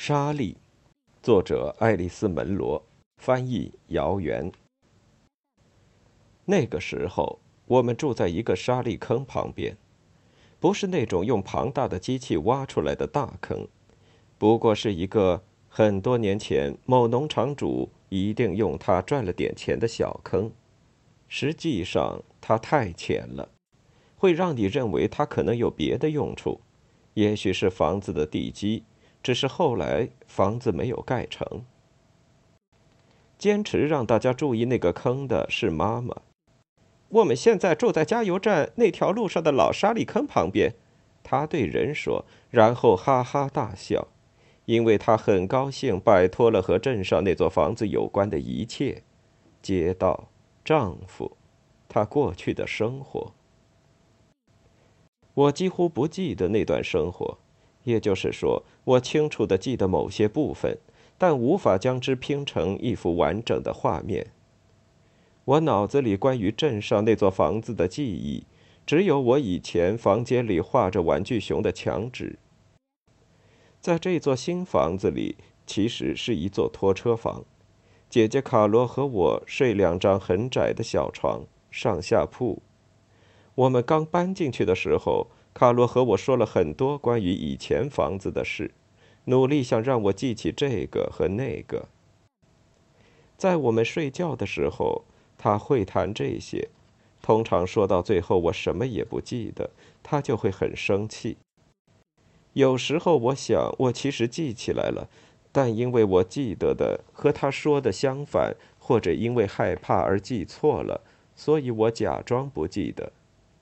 沙粒，作者爱丽丝·门罗，翻译姚元。那个时候，我们住在一个沙砾坑旁边，不是那种用庞大的机器挖出来的大坑，不过是一个很多年前某农场主一定用它赚了点钱的小坑。实际上，它太浅了，会让你认为它可能有别的用处，也许是房子的地基。只是后来房子没有盖成。坚持让大家注意那个坑的是妈妈。我们现在住在加油站那条路上的老沙砾坑旁边，她对人说，然后哈哈大笑，因为她很高兴摆脱了和镇上那座房子有关的一切，街道、丈夫，她过去的生活。我几乎不记得那段生活。也就是说，我清楚地记得某些部分，但无法将之拼成一幅完整的画面。我脑子里关于镇上那座房子的记忆，只有我以前房间里画着玩具熊的墙纸。在这座新房子里，其实是一座拖车房。姐姐卡罗和我睡两张很窄的小床，上下铺。我们刚搬进去的时候，卡罗和我说了很多关于以前房子的事，努力想让我记起这个和那个。在我们睡觉的时候，他会谈这些，通常说到最后我什么也不记得，他就会很生气。有时候我想我其实记起来了，但因为我记得的和他说的相反，或者因为害怕而记错了，所以我假装不记得。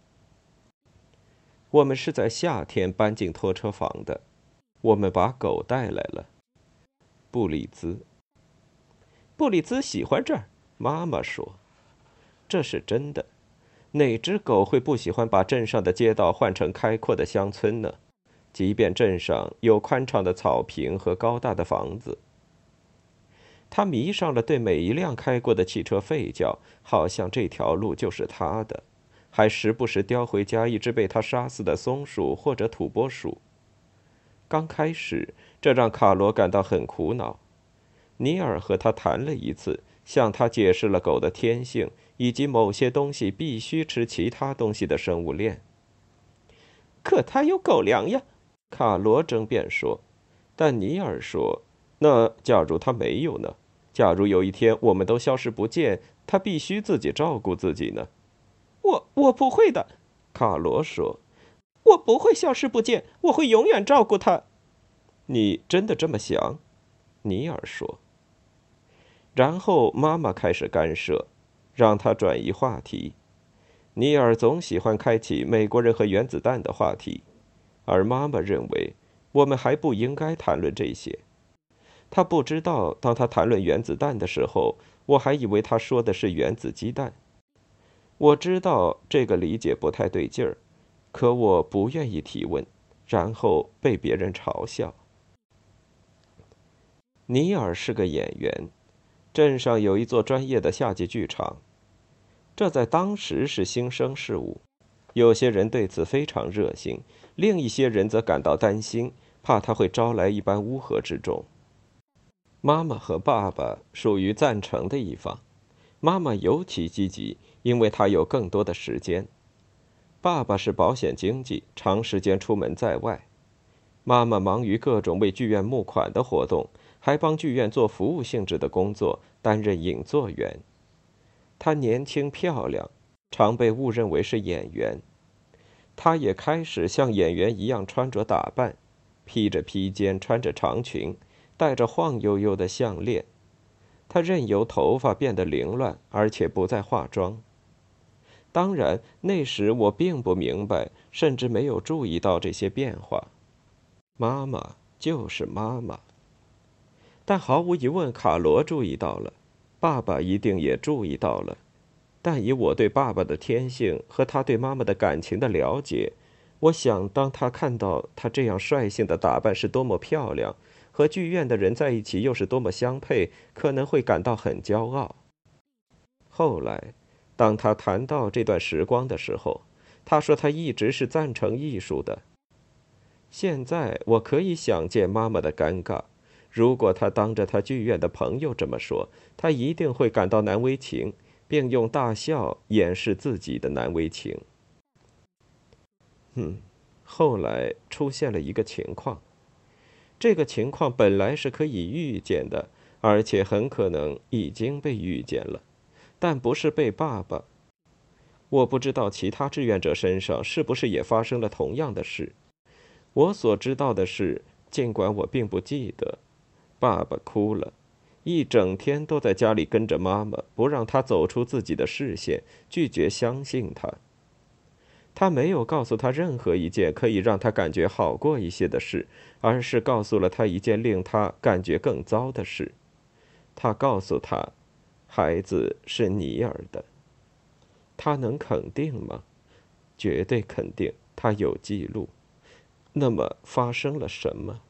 我们是在夏天搬进拖车房的，我们把狗带来了。布里兹喜欢这儿，妈妈说。这是真的。哪只狗会不喜欢把镇上的街道换成开阔的乡村呢？即便镇上有宽敞的草坪和高大的房子。他迷上了对每一辆开过的汽车吠叫，好像这条路就是他的。还时不时叼回家一只被他杀死的松鼠或者土拨鼠。刚开始，这让卡罗感到很苦恼。尼尔和他谈了一次，向他解释了狗的天性，以及某些东西必须吃其他东西的生物链。可它有狗粮呀，卡罗争辩说。但尼尔说，那假如它没有呢？假如有一天我们都消失不见，它必须自己照顾自己呢？我不会的，卡罗说，我不会消失不见，我会永远照顾他。你真的这么想？尼尔说。然后妈妈开始干涉，让他转移话题。尼尔总喜欢开启美国人和原子弹的话题，而妈妈认为我们还不应该谈论这些。他不知道，当他谈论原子弹的时候，我还以为他说的是原子鸡蛋。我知道这个理解不太对劲儿，可我不愿意提问，然后被别人嘲笑。尼尔是个演员，镇上有一座专业的夏季剧场，这在当时是新生事物。有些人对此非常热心，另一些人则感到担心，怕他会招来一般乌合之众。妈妈和爸爸属于赞成的一方，妈妈尤其积极，因为她有更多的时间。爸爸是保险经纪，长时间出门在外。妈妈忙于各种为剧院募款的活动，还帮剧院做服务性质的工作，担任影作员。她年轻漂亮，常被误认为是演员。她也开始像演员一样穿着打扮，披着披肩，穿着长裙，戴着晃悠悠的项链。她任由头发变得凌乱，而且不再化妆。当然，那时我并不明白，甚至没有注意到这些变化。妈妈就是妈妈。但毫无疑问，卡罗注意到了，爸爸一定也注意到了。但以我对爸爸的天性和他对妈妈的感情的了解，我想当他看到他这样率性的打扮是多么漂亮，和剧院的人在一起又是多么相配，可能会感到很骄傲。后来，当他谈到这段时光的时候，他说他一直是赞成艺术的。现在我可以想见妈妈的尴尬， 如果他当着他剧院的朋友这么说，他一定会感到难为情，并用大笑掩饰自己的难为情。后来出现了一个情况，这个情况本来是可以预见的，而且很可能已经被预见了，但不是被爸爸。我不知道其他志愿者身上是不是也发生了同样的事。我所知道的是，尽管我并不记得，爸爸哭了，一整天都在家里跟着妈妈，不让她走出自己的视线，拒绝相信她。他没有告诉他任何一件可以让他感觉好过一些的事，而是告诉了他一件令他感觉更糟的事。他告诉他，孩子是尼尔的。他能肯定吗？绝对肯定，他有记录。那么发生了什么？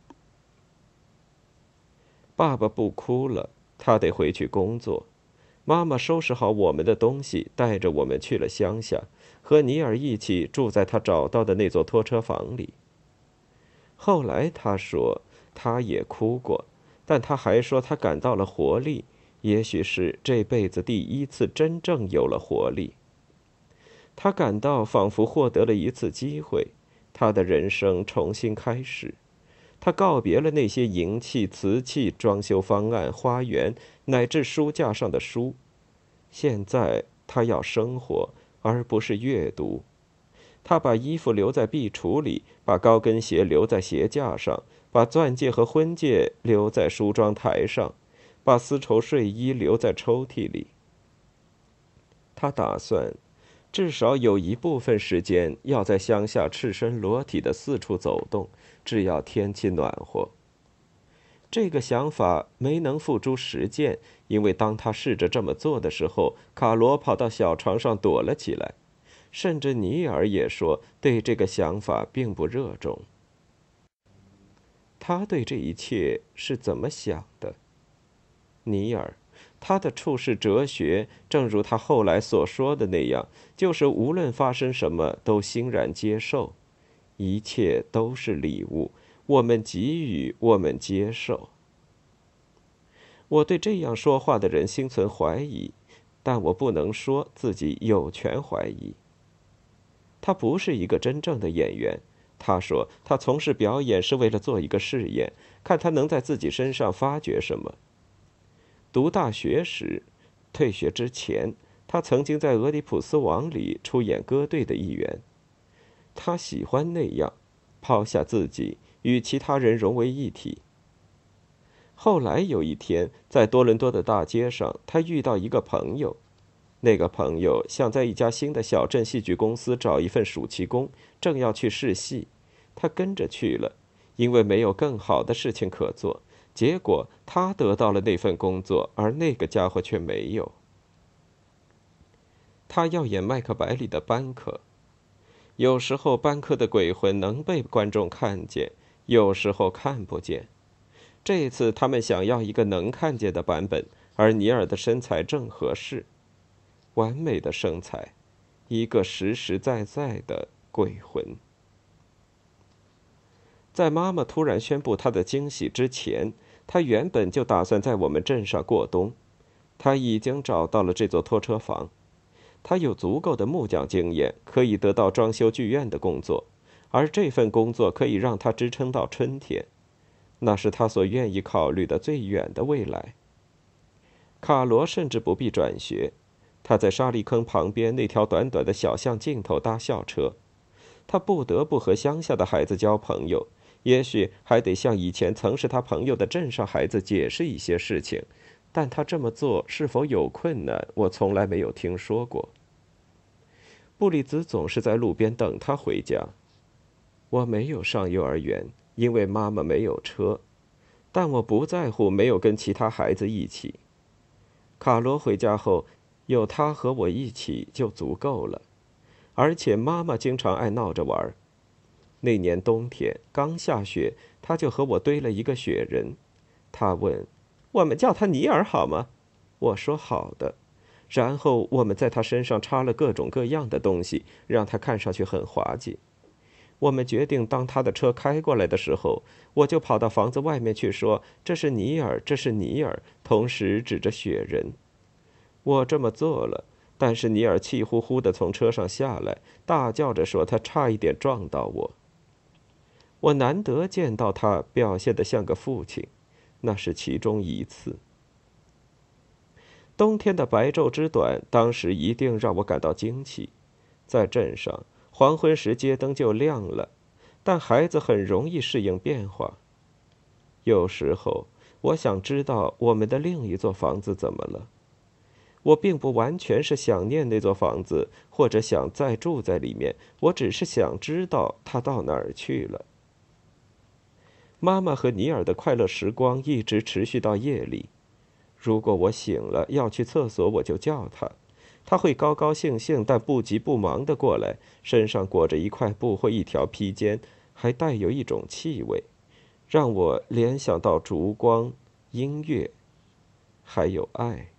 爸爸不哭了，他得回去工作。妈妈收拾好我们的东西，带着我们去了乡下，和尼尔一起住在他找到的那座拖车房里。后来他说他也哭过，但他还说他感到了活力，也许是这辈子第一次真正有了活力。他感到仿佛获得了一次机会，他的人生重新开始。他告别了那些银器、瓷器、装修方案、花园，乃至书架上的书。现在他要生活，而不是阅读。他把衣服留在壁橱里，把高跟鞋留在鞋架上，把钻戒和婚戒留在梳妆台上，把丝绸睡衣留在抽屉里。他打算至少有一部分时间要在乡下赤身裸体的四处走动，只要天气暖和。这个想法没能付诸实践，因为当他试着这么做的时候，卡罗跑到小床上躲了起来，甚至尼尔也说对这个想法并不热衷。他对这一切是怎么想的？尼尔，他的处世哲学，正如他后来所说的那样，就是无论发生什么都欣然接受，一切都是礼物，我们给予，我们接受。我对这样说话的人心存怀疑，但我不能说自己有权怀疑。他不是一个真正的演员，他说他从事表演是为了做一个试验，看他能在自己身上发掘什么。读大学时，退学之前，他曾经在《俄狄浦斯王》里出演歌队的一员。他喜欢那样，抛下自己，与其他人融为一体。后来有一天，在多伦多的大街上，他遇到一个朋友。那个朋友想在一家新的小镇戏剧公司找一份暑期工，正要去试戏，他跟着去了，因为没有更好的事情可做。结果他得到了那份工作，而那个家伙却没有。他要演麦克白里的班克。有时候班克的鬼魂能被观众看见，有时候看不见。这次他们想要一个能看见的版本，而尼尔的身材正合适。完美的身材，一个实实在在的鬼魂。在妈妈突然宣布她的惊喜之前，她原本就打算在我们镇上过冬。她已经找到了这座拖车房，她有足够的木匠经验，可以得到装修剧院的工作，而这份工作可以让她支撑到春天。那是她所愿意考虑的最远的未来。卡罗甚至不必转学。他在沙砾坑旁边那条短短的小巷尽头搭校车，他不得不和乡下的孩子交朋友，也许还得向以前曾是他朋友的镇上孩子解释一些事情，但他这么做是否有困难，我从来没有听说过。布里兹总是在路边等他回家。我没有上幼儿园，因为妈妈没有车，但我不在乎没有跟其他孩子一起。卡罗回家后，有他和我一起就足够了，而且妈妈经常爱闹着玩。那年冬天刚下雪，他就和我堆了一个雪人。他问：“我们叫他尼尔好吗？”我说：“好的。”然后我们在他身上插了各种各样的东西，让他看上去很滑稽。 我们决定，当他的车开过来的时候，我就跑到房子外面去说：“这是尼尔，这是尼尔。”同时指着雪人。我这么做了，但是尼尔气呼呼地从车上下来，大叫着说：“他差一点撞到我。”我难得见到他表现得像个父亲，那是其中一次。冬天的白昼之短，当时一定让我感到惊奇。在镇上，黄昏时街灯就亮了，但孩子很容易适应变化。有时候，我想知道我们的另一座房子怎么了。我并不完全是想念那座房子，或者想再住在里面，我只是想知道它到哪儿去了。妈妈和尼尔的快乐时光一直持续到夜里。如果我醒了要去厕所，我就叫他，他会高高兴兴但不急不忙地过来，身上裹着一块布或一条披肩，还带有一种气味，让我联想到烛光、音乐，还有爱。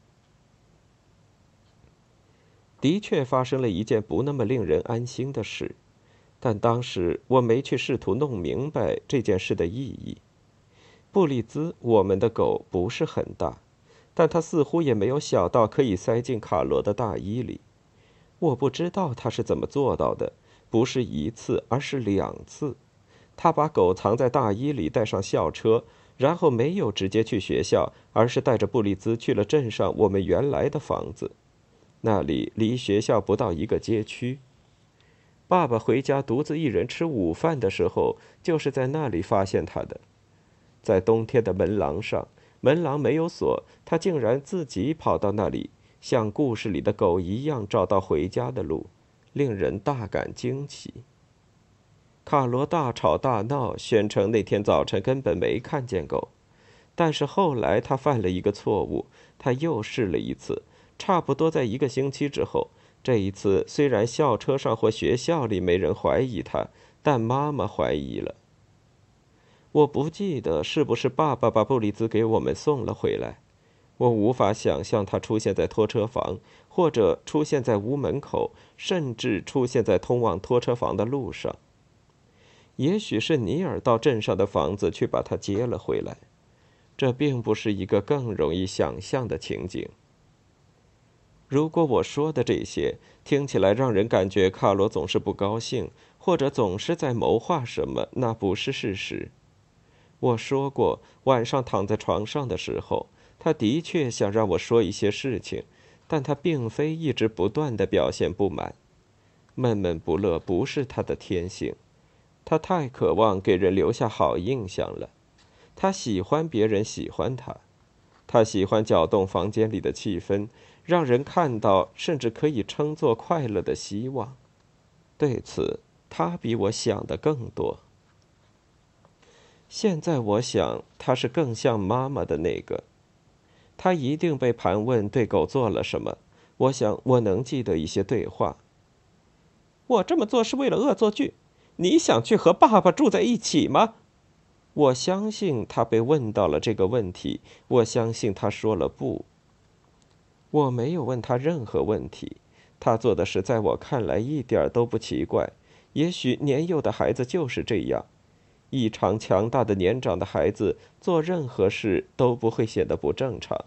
的确发生了一件不那么令人安心的事，但当时我没去试图弄明白这件事的意义。布利兹，我们的狗，不是很大，但它似乎也没有小到可以塞进卡罗的大衣里。我不知道他是怎么做到的，不是一次，而是2次。他把狗藏在大衣里，带上校车，然后没有直接去学校，而是带着布利兹去了镇上我们原来的房子。那里离学校不到1个街区。爸爸回家独自一人吃午饭的时候，就是在那里发现他的。在冬天的门廊上，门廊没有锁，他竟然自己跑到那里，像故事里的狗一样找到回家的路，令人大感惊奇。卡罗大吵大闹，宣称那天早晨根本没看见狗，但是后来他犯了一个错误，他又试了一次。差不多在1个星期之后，这一次虽然校车上或学校里没人怀疑他，但妈妈怀疑了。我不记得是不是爸爸把布里兹给我们送了回来，我无法想象他出现在拖车房，或者出现在屋门口，甚至出现在通往拖车房的路上。也许是尼尔到镇上的房子去把他接了回来，这并不是一个更容易想象的情景。如果我说的这些听起来让人感觉卡罗总是不高兴，或者总是在谋划什么，那不是事实。我说过，晚上躺在床上的时候，他的确想让我说一些事情，但他并非一直不断地表现不满。闷闷不乐不是他的天性，他太渴望给人留下好印象了。他喜欢别人喜欢他，他喜欢搅动房间里的气氛，让人看到甚至可以称作快乐的希望。对此，他比我想的更多。现在我想，他是更像妈妈的那个。他一定被盘问对狗做了什么。我想我能记得一些对话。我这么做是为了恶作剧。你想去和爸爸住在一起吗？我相信他被问到了这个问题。我相信他说了不。我没有问他任何问题。他做的事在我看来一点都不奇怪。也许年幼的孩子就是这样。异常强大的年长的孩子做任何事都不会显得不正常。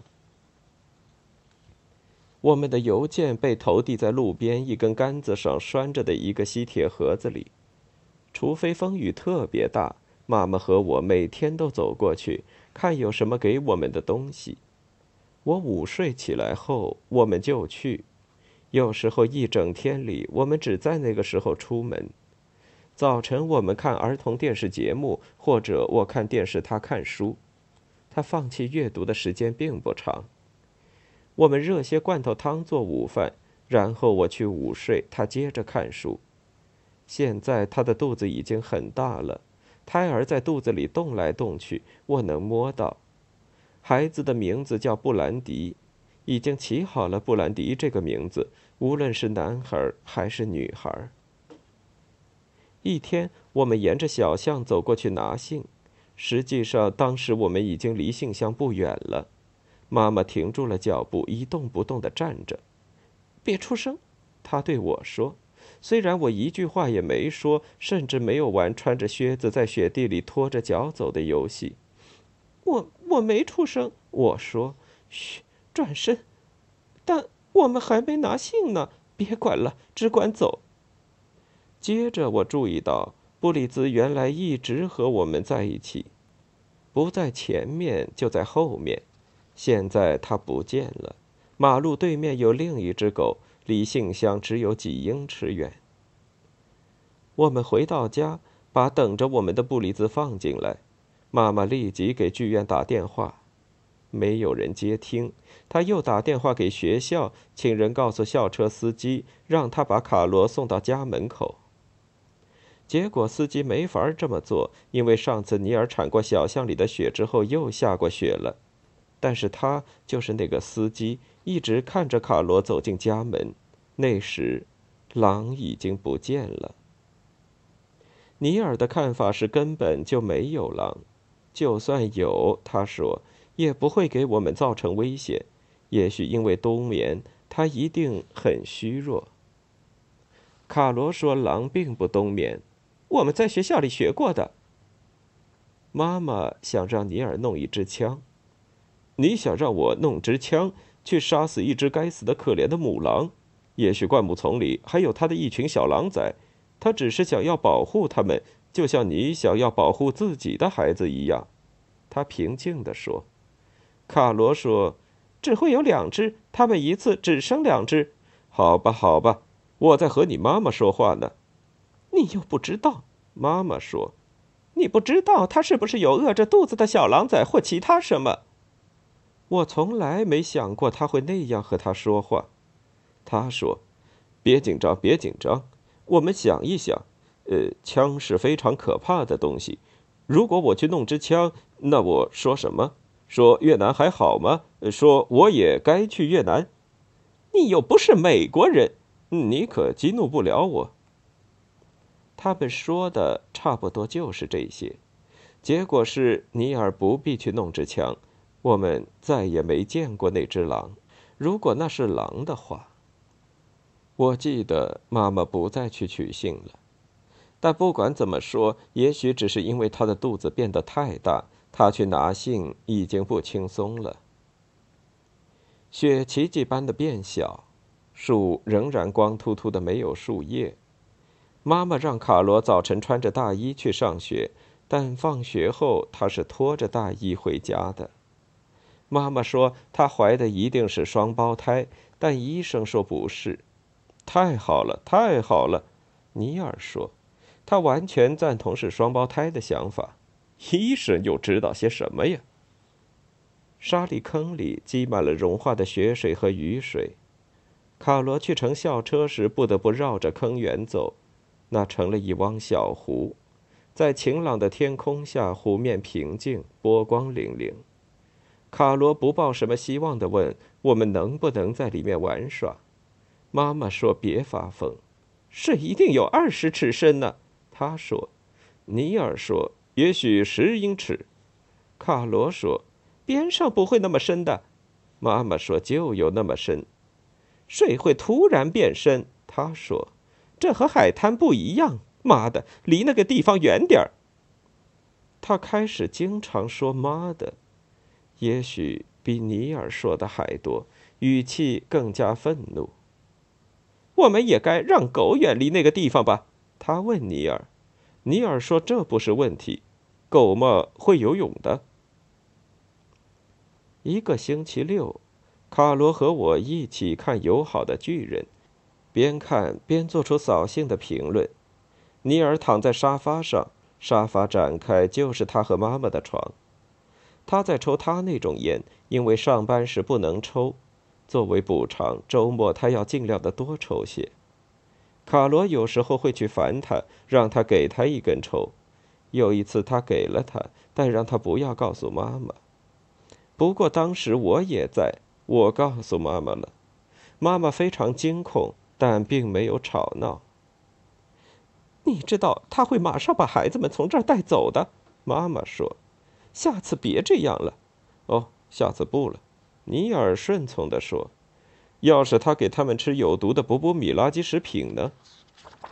我们的邮件被投递在路边一根杆子上拴着的一个锡铁盒子里。除非风雨特别大，妈妈和我每天都走过去，看有什么给我们的东西。我午睡起来后，我们就去。有时候一整天里，我们只在那个时候出门。早晨我们看儿童电视节目，或者我看电视，他看书。他放弃阅读的时间并不长。我们热些罐头汤做午饭，然后我去午睡，他接着看书。现在他的肚子已经很大了，胎儿在肚子里动来动去，我能摸到。孩子的名字叫布兰迪，已经起好了布兰迪这个名字，无论是男孩还是女孩。一天，我们沿着小巷走过去拿信，实际上当时我们已经离信箱不远了。妈妈停住了脚步，一动不动地站着。别出声，她对我说。 虽然我一句话也没说，甚至没有玩穿着靴子在雪地里拖着脚走的游戏。我没出声，我说，嘘，转身。但我们还没拿信呢，别管了，只管走。接着我注意到，布里兹原来一直和我们在一起，不在前面就在后面。现在他不见了，马路对面有另一只狗，离信箱只有几英尺远。我们回到家，把等着我们的布里兹放进来。妈妈立即给剧院打电话，没有人接听。她又打电话给学校，请人告诉校车司机，让他把卡罗送到家门口。结果司机没法这么做，因为上次尼尔铲过小巷里的雪之后又下过雪了。但是他就是那个司机，一直看着卡罗走进家门。那时，狼已经不见了。尼尔的看法是根本就没有狼，就算有，他说也不会给我们造成危险。也许因为冬眠，他一定很虚弱。卡罗说狼并不冬眠，我们在学校里学过的。妈妈想让尼尔弄一支枪。你想让我弄支枪去杀死一只该死的可怜的母狼？也许灌木丛里还有他的一群小狼崽，他只是想要保护他们，就像你想要保护自己的孩子一样。他平静地说。卡罗说，只会有2只，他们一次只生2只。好吧，好吧，我在和你妈妈说话呢。你又不知道，妈妈说，你不知道他是不是有饿着肚子的小狼崽或其他什么。我从来没想过他会那样和他说话。他说，别紧张，别紧张，我们想一想，枪是非常可怕的东西。如果我去弄支枪，那我说什么？说越南还好吗？说我也该去越南？你又不是美国人，你可激怒不了我。他们说的差不多就是这些。结果是尼尔不必去弄支枪，我们再也没见过那只狼。如果那是狼的话。我记得妈妈不再去取信了，但不管怎么说，也许只是因为她的肚子变得太大，她去拿信已经不轻松了。雪奇迹般的变小，树仍然光秃秃的没有树叶。妈妈让卡罗早晨穿着大衣去上学，但放学后她是拖着大衣回家的。妈妈说她怀的一定是双胞胎，但医生说不是。太好了，太好了，尼尔说，他完全赞同是双胞胎的想法。医生又知道些什么呀？沙砾坑里积满了融化的雪水和雨水。卡罗去乘校车时不得不绕着坑源走，那成了一汪小湖。在晴朗的天空下，湖面平静，波光粼粼。卡罗不抱什么希望地问，我们能不能在里面玩耍？妈妈说别发疯，水一定有20尺深呢。他说。尼尔说也许10英尺。卡罗说边上不会那么深的。妈妈说就有那么深。水会突然变深。他说这和海滩不一样。妈的，离那个地方远点儿。他开始经常说妈的，也许比尼尔说的还多，语气更加愤怒。我们也该让狗远离那个地方吧？他问尼尔。尼尔说这不是问题，狗嘛会游泳的。一个星期六，卡罗和我一起看《友好的巨人》，边看边做出扫兴的评论。尼尔躺在沙发上，沙发展开就是他和妈妈的床。他在抽他那种烟，因为上班时不能抽。作为补偿，周末他要尽量的多抽些。卡罗有时候会去烦他，让他给他一根抽。有一次他给了他，但让他不要告诉妈妈。不过当时我也在，我告诉妈妈了。妈妈非常惊恐，但并没有吵闹。你知道他会马上把孩子们从这儿带走的，妈妈说。下次别这样了。哦，下次不了。尼尔顺从地说：“要是他给他们吃有毒的博博米垃圾食品呢？”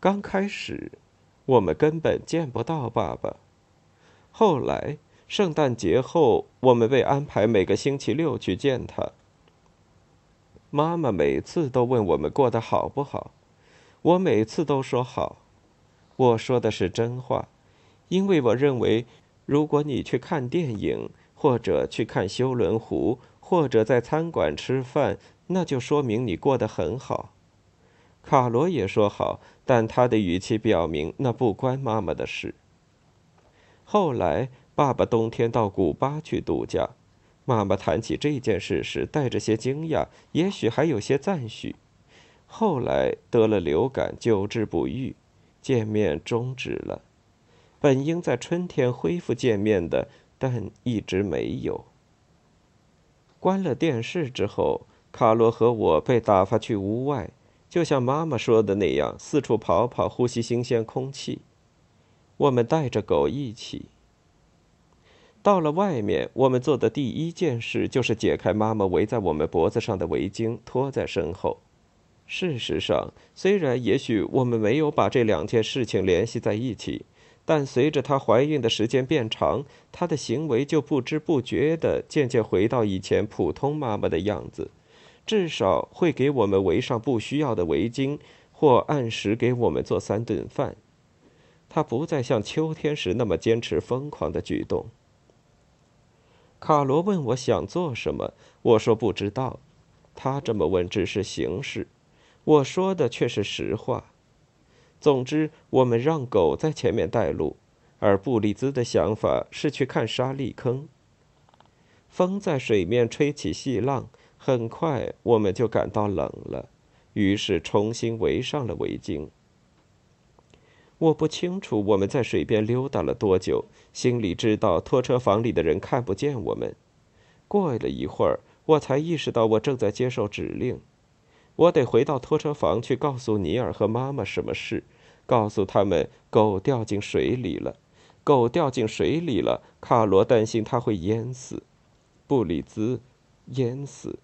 刚开始，我们根本见不到爸爸。后来，圣诞节后，我们被安排每个星期六去见他。妈妈每次都问我们过得好不好，我每次都说好。我说的是真话，因为我认为，如果你去看电影，或者去看休伦湖，或者在餐馆吃饭，那就说明你过得很好。卡罗也说好，但他的语气表明那不关妈妈的事。后来，爸爸冬天到古巴去度假，妈妈谈起这件事时带着些惊讶，也许还有些赞许。后来得了流感，久治不愈，见面终止了。本应在春天恢复见面的，但一直没有。关了电视之后，卡罗和我被打发去屋外，就像妈妈说的那样，四处跑跑，呼吸新鲜空气。我们带着狗一起。到了外面，我们做的第一件事就是解开妈妈围在我们脖子上的围巾，拖在身后。事实上，虽然也许我们没有把这两件事情联系在一起，但随着她怀孕的时间变长，她的行为就不知不觉地渐渐回到以前普通妈妈的样子，至少会给我们围上不需要的围巾，或按时给我们做3顿饭。她不再像秋天时那么坚持疯狂的举动。卡罗问我想做什么，我说不知道。他这么问只是形式，我说的却是实话。总之，我们让狗在前面带路，而布里兹的想法是去看沙砾坑。风在水面吹起细浪，很快我们就感到冷了，于是重新围上了围巾。我不清楚我们在水边溜达了多久，心里知道拖车房里的人看不见我们。过了一会儿，我才意识到我正在接受指令。我得回到拖车房去告诉尼尔和妈妈什么事，告诉他们狗掉进水里了。狗掉进水里了，卡罗担心它会淹死，布里兹淹死。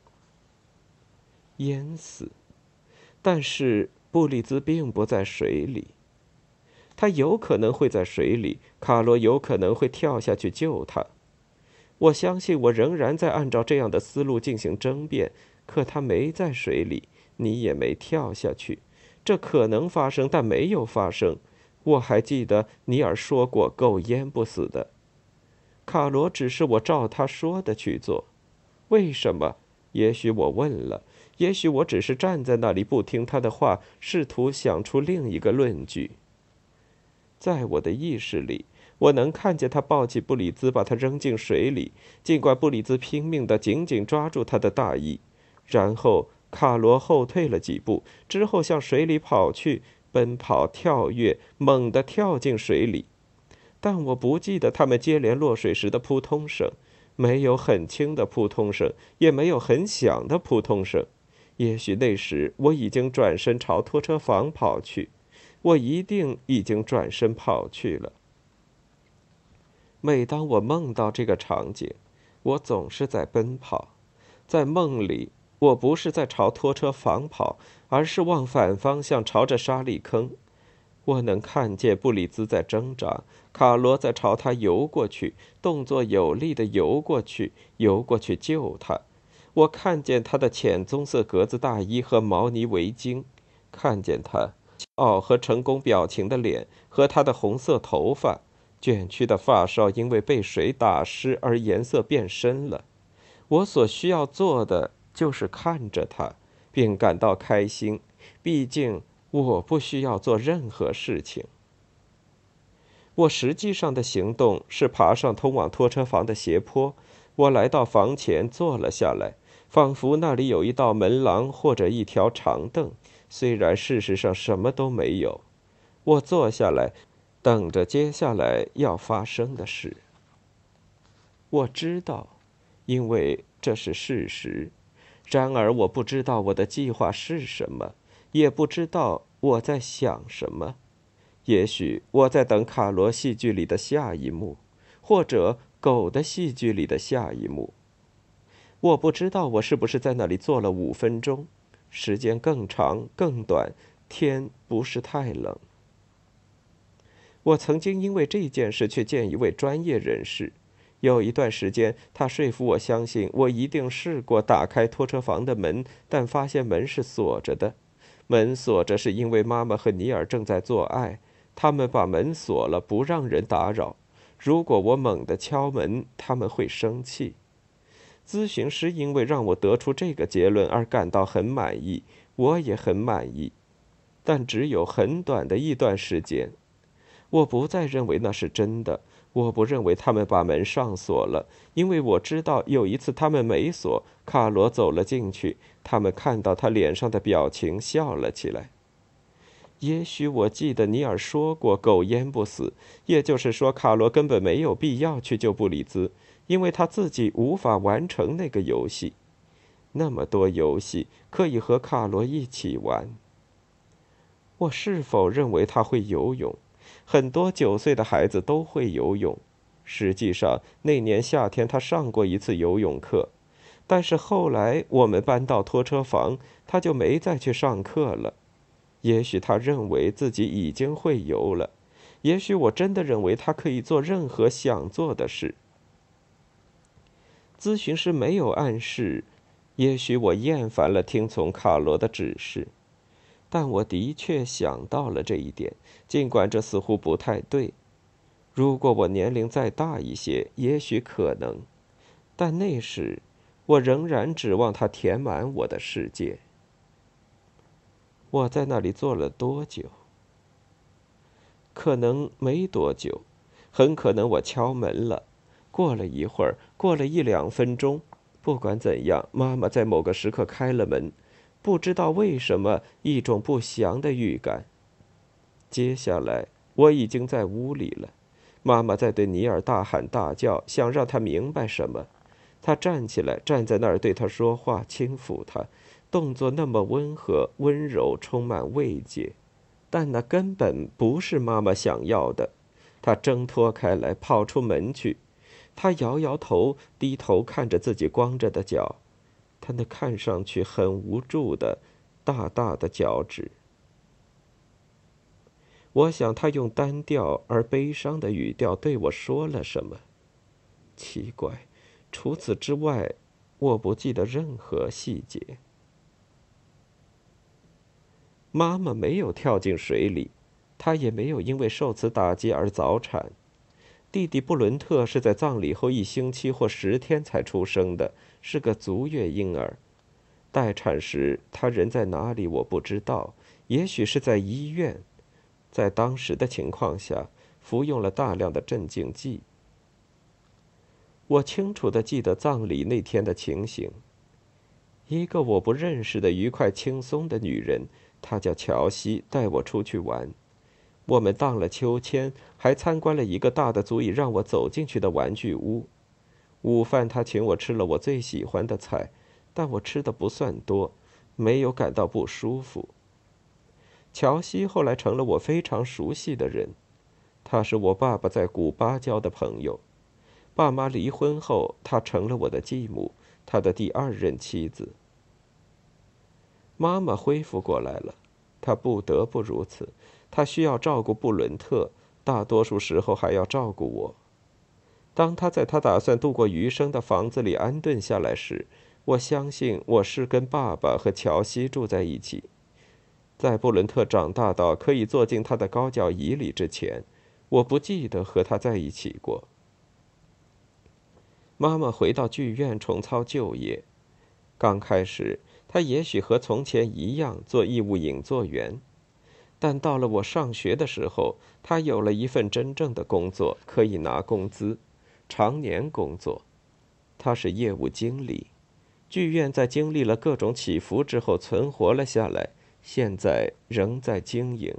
但是布里兹并不在水里。他有可能会在水里，卡罗有可能会跳下去救他。我相信我仍然在按照这样的思路进行争辩，可他没在水里，你也没跳下去。这可能发生，但没有发生。我还记得尼尔说过，狗淹不死的。卡罗只是我照他说的去做。为什么？也许我问了，也许我只是站在那里不听他的话，试图想出另一个论据。在我的意识里，我能看见他抱起布里兹，把他扔进水里，尽管布里兹拼命地紧紧抓住他的大衣。然后卡罗后退了几步，之后向水里跑去，奔跑、跳跃，猛地跳进水里。但我不记得他们接连落水时的扑通声，没有很轻的扑通声，也没有很响的扑通声。也许那时我已经转身朝拖车房跑去。我一定已经转身跑去了。每当我梦到这个场景，我总是在奔跑。在梦里，我不是在朝拖车房跑，而是往反方向朝着沙砾坑。我能看见布里兹在挣扎，卡罗在朝他游过去，动作有力地游过去救他。我看见他的浅棕色格子大衣和毛呢围巾，看见他骄傲和成功表情的脸和他的红色头发，卷曲的发梢因为被水打湿而颜色变深了。我所需要做的就是看着他，并感到开心，毕竟我不需要做任何事情。我实际上的行动是爬上通往拖车房的斜坡。我来到房前坐了下来，仿佛那里有一道门廊或者一条长凳，虽然事实上什么都没有。我坐下来，等着接下来要发生的事。我知道，因为这是事实。然而我不知道我的计划是什么，也不知道我在想什么。也许我在等卡罗戏剧里的下一幕，或者狗的戏剧里的下一幕。我不知道我是不是在那里坐了5分钟，时间更长更短，天不是太冷。 我曾经因为这件事去见一位专业人士，有一段时间，他说服我相信我一定试过打开拖车房的门，但发现门是锁着的。门锁着是因为妈妈和尼尔正在做爱，他们把门锁了，不让人打扰。如果我猛地敲门，他们会生气。咨询师因为让我得出这个结论而感到很满意，我也很满意，但只有很短的一段时间。我不再认为那是真的，我不认为他们把门上锁了，因为我知道有一次他们没锁，卡罗走了进去，他们看到他脸上的表情，笑了起来。也许我记得尼尔说过狗淹不死，也就是说卡罗根本没有必要去救布里兹，因为他自己无法完成那个游戏。那么多游戏可以和卡罗一起玩。我是否认为他会游泳？很多9岁的孩子都会游泳。实际上，那年夏天他上过一次游泳课，但是后来我们搬到拖车房，他就没再去上课了。也许他认为自己已经会游了，也许我真的认为他可以做任何想做的事。咨询师没有暗示，也许我厌烦了听从卡罗的指示，但我的确想到了这一点，尽管这似乎不太对。如果我年龄再大一些，也许可能，但那时我仍然指望他填满我的世界。我在那里坐了多久？可能没多久，很可能我敲门了。过了一会儿，过了1、2分钟，不管怎样，妈妈在某个时刻开了门，不知道为什么，一种不祥的预感。接下来，我已经在屋里了。妈妈在对尼尔大喊大叫，想让他明白什么。他站起来，站在那儿对他说话，轻抚他，动作那么温和、温柔，充满慰藉。但那根本不是妈妈想要的。他挣脱开来，跑出门去。他摇摇头，低头看着自己光着的脚，他那看上去很无助的、大大的脚趾。我想他用单调而悲伤的语调对我说了什么。奇怪，除此之外，我不记得任何细节。妈妈没有跳进水里，她也没有因为受此打击而早产。弟弟布伦特是在葬礼后1星期或10天才出生的，是个足月婴儿。待产时他人在哪里我不知道，也许是在医院。在当时的情况下，服用了大量的镇静剂。我清楚地记得葬礼那天的情形。一个我不认识的愉快轻松的女人，她叫乔西，带我出去玩。我们荡了秋千，还参观了一个大的足以让我走进去的玩具屋。午饭她请我吃了我最喜欢的菜，但我吃的不算多，没有感到不舒服。乔西后来成了我非常熟悉的人，他是我爸爸在古巴交的朋友。爸妈离婚后，他成了我的继母，他的第2任妻子。妈妈恢复过来了，她不得不如此。她需要照顾布伦特，大多数时候还要照顾我。当她在她打算度过余生的房子里安顿下来时，我相信我是跟爸爸和乔西住在一起。在布伦特长大到可以坐进他的高脚椅里之前，我不记得和他在一起过。妈妈回到剧院重操旧业。刚开始，她也许和从前一样做义务影作员，但到了我上学的时候，她有了一份真正的工作，可以拿工资，常年工作。她是业务经理。剧院在经历了各种起伏之后存活了下来，现在仍在经营。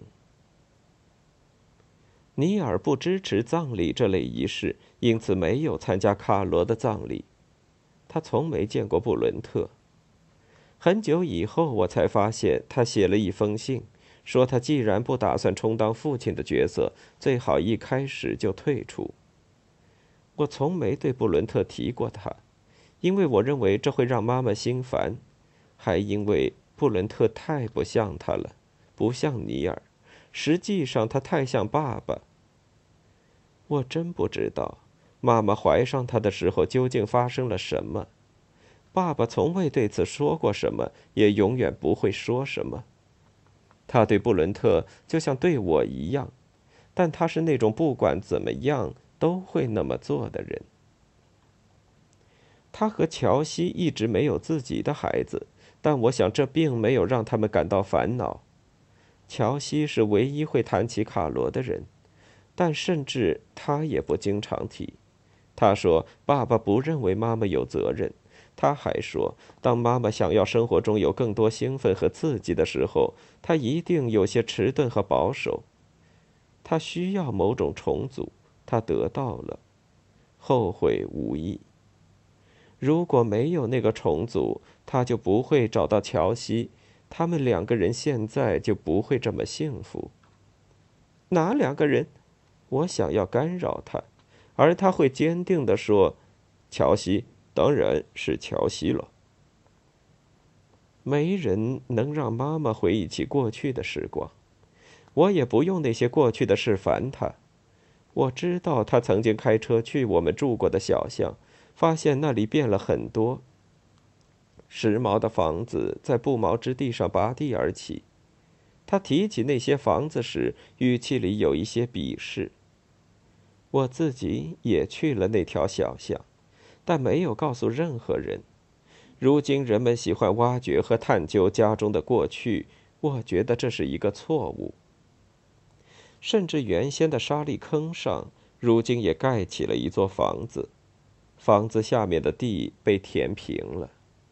尼尔不支持葬礼这类仪式，因此没有参加卡罗的葬礼。他从没见过布伦特。很久以后，我才发现他写了一封信，说他既然不打算充当父亲的角色，最好一开始就退出。我从没对布伦特提过他，因为我认为这会让妈妈心烦，还因为布伦特太不像他了，不像尼尔。实际上，他太像爸爸。 我真不知道，妈妈怀上他的时候究竟发生了什么。爸爸从未对此说过什么，也永远不会说什么。他对布伦特就像对我一样，但他是那种不管怎么样都会那么做的人。他和乔西一直没有自己的孩子，但我想这并没有让他们感到烦恼。乔西是唯一会谈起卡罗的人，但甚至他也不经常提。他说爸爸不认为妈妈有责任。他还说，当妈妈想要生活中有更多兴奋和刺激的时候，她一定有些迟钝和保守。她需要某种重组，她得到了，后悔无益。如果没有那个重组，她就不会找到乔西，他们两个人现在就不会这么幸福。哪两个人？我想要干扰他，而他会坚定地说：“乔西，当然是乔西了。”没人能让妈妈回忆起过去的时光，我也不用那些过去的事烦她。我知道她曾经开车去我们住过的小巷，发现那里变了很多。时髦的房子在不毛之地上拔地而起。他提起那些房子时，语气里有一些鄙视。我自己也去了那条小巷，但没有告诉任何人。如今人们喜欢挖掘和探究家中的过去，我觉得这是一个错误。甚至原先的沙砾坑上，如今也盖起了一座房子，房子下面的地被填平了。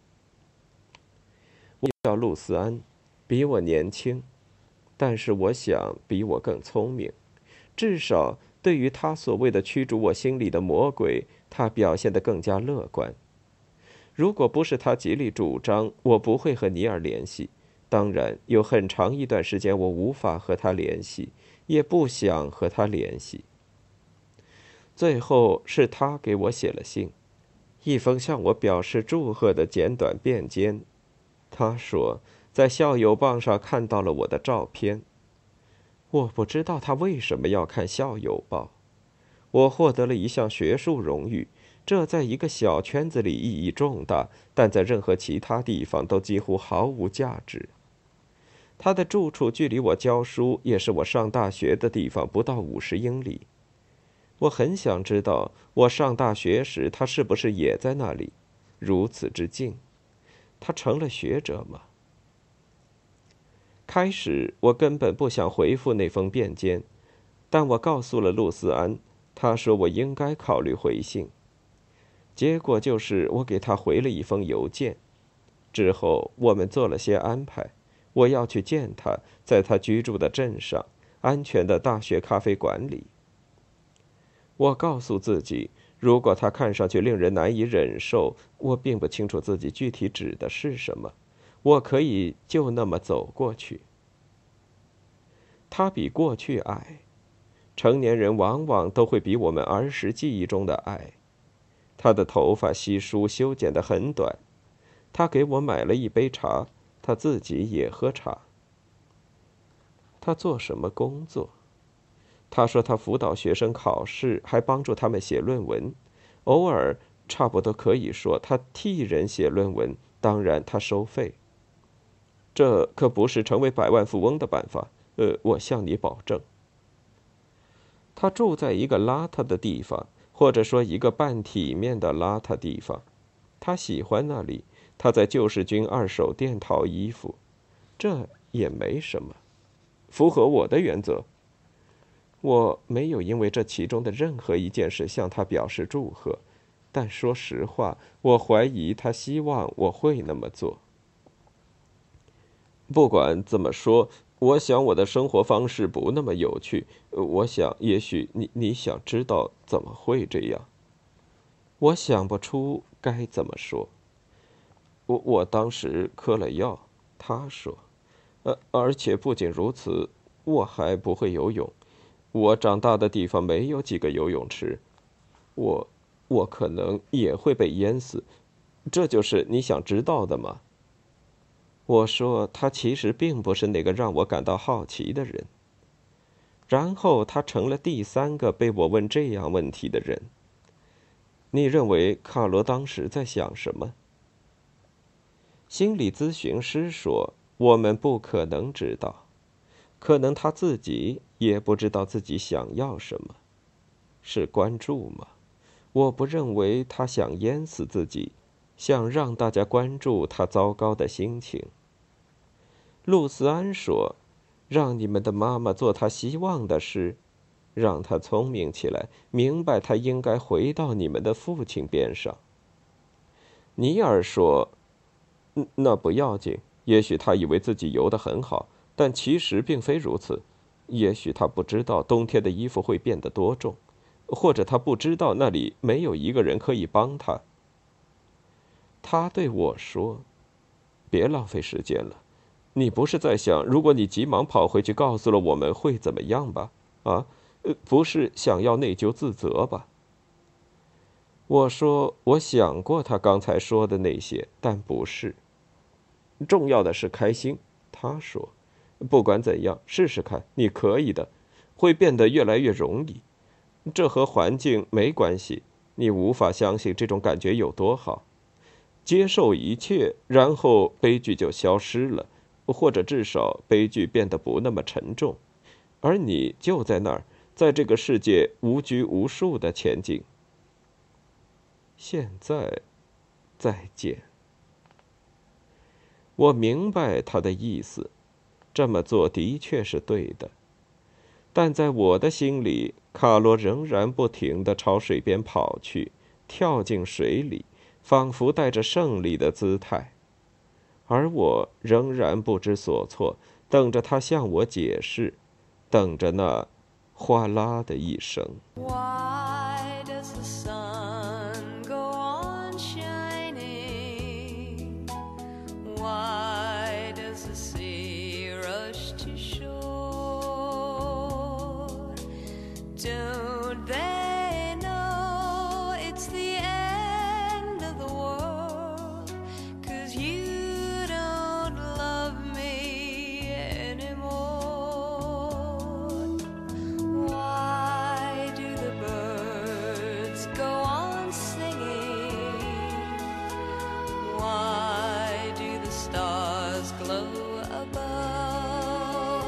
我叫露丝安，比我年轻，但是我想比我更聪明，至少对于他所谓的驱逐我心里的魔鬼，他表现得更加乐观。如果不是他极力主张，我不会和尼尔联系。当然，有很长一段时间我无法和他联系，也不想和他联系。最后是他给我写了信，一封向我表示祝贺的简短便笺。他说，在校友报上看到了我的照片。我不知道他为什么要看校友报。我获得了一项学术荣誉，这在一个小圈子里意义重大，但在任何其他地方都几乎毫无价值。他的住处距离我教书，也是我上大学的地方，不到50英里。我很想知道，我上大学时他是不是也在那里，如此之近。他成了学者吗？开始我根本不想回复那封便笺，但我告诉了露丝安，她说我应该考虑回信。结果就是我给他回了一封邮件。之后我们做了些安排，我要去见他，在他居住的镇上，安全的大学咖啡馆里。我告诉自己，如果他看上去令人难以忍受，我并不清楚自己具体指的是什么，我可以就那么走过去。他比过去矮，成年人往往都会比我们儿时记忆中的矮。他的头发稀疏，修剪得很短。他给我买了一杯茶，他自己也喝茶。他做什么工作？他说他辅导学生考试，还帮助他们写论文。偶尔，差不多可以说他替人写论文，当然他收费。这可不是成为百万富翁的办法，我向你保证。他住在一个邋遢的地方，或者说一个半体面的邋遢地方。他喜欢那里，他在救世军二手店淘衣服，这也没什么，符合我的原则。我没有因为这其中的任何一件事向他表示祝贺，但说实话，我怀疑他希望我会那么做。不管怎么说，我想我的生活方式不那么有趣。我想，也许你想知道怎么会这样。我想不出该怎么说。我当时嗑了药，他说，而且不仅如此，我还不会游泳。我长大的地方没有几个游泳池，我可能也会被淹死。这就是你想知道的吗？我说，他其实并不是那个让我感到好奇的人。 然后他成了第3个被我问这样问题的人。你认为卡罗当时在想什么？心理咨询师说，我们不可能知道，可能他自己也不知道自己想要什么。是关注吗？我不认为他想淹死自己，想让大家关注他糟糕的心情。露丝安说，让你们的妈妈做她希望的事，让她聪明起来，明白她应该回到你们的父亲边上。尼尔说，那不要紧，也许他以为自己游得很好，但其实并非如此。也许他不知道冬天的衣服会变得多重，或者他不知道那里没有一个人可以帮他。他对我说，别浪费时间了，你不是在想，如果你急忙跑回去告诉了我们会怎么样吧？不是想要内疚自责吧？我说，我想过他刚才说的那些，但不是。重要的是开心，他说。不管怎样，试试看，你可以的，会变得越来越容易。这和环境没关系，你无法相信这种感觉有多好。接受一切，然后悲剧就消失了，或者至少悲剧变得不那么沉重，而你就在那儿，在这个世界无拘无束地前进。现在，再见。我明白他的意思，这么做的确是对的，但在我的心里，卡罗仍然不停地朝水边跑去，跳进水里，仿佛带着胜利的姿态，而我仍然不知所措，等着他向我解释，等着那哗啦的一声。Why does the sun go on shining? Why does the sea rush to shore? Don't they know it's the end of the world? 'Cause you don't love me anymore. Why do the birds go on singing? Why do the stars glow above?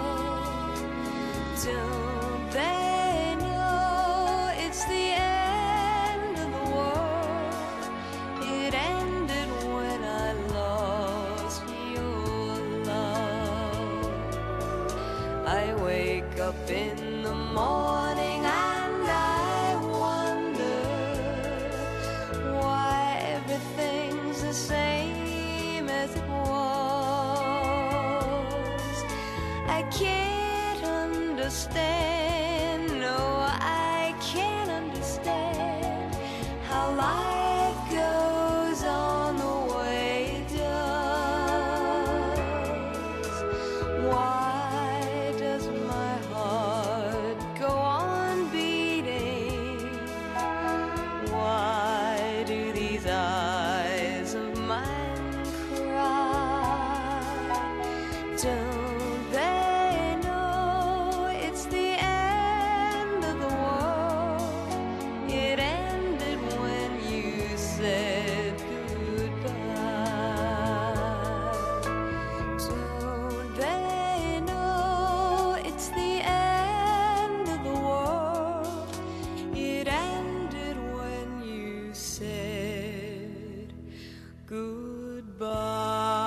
Don't they know it's the end of the world? It ended when I lost your love. I wake up in the morning and I wonder why everything's the same as it was. I can't understand, no, I can't understand how life goes on the way it does. Why does my heart go on beating? Why do these eyes of mine cry? Don't they know it's the end of the world? It ended when you said goodbye. Don't they know it's the end of the world? It ended when you said goodbye.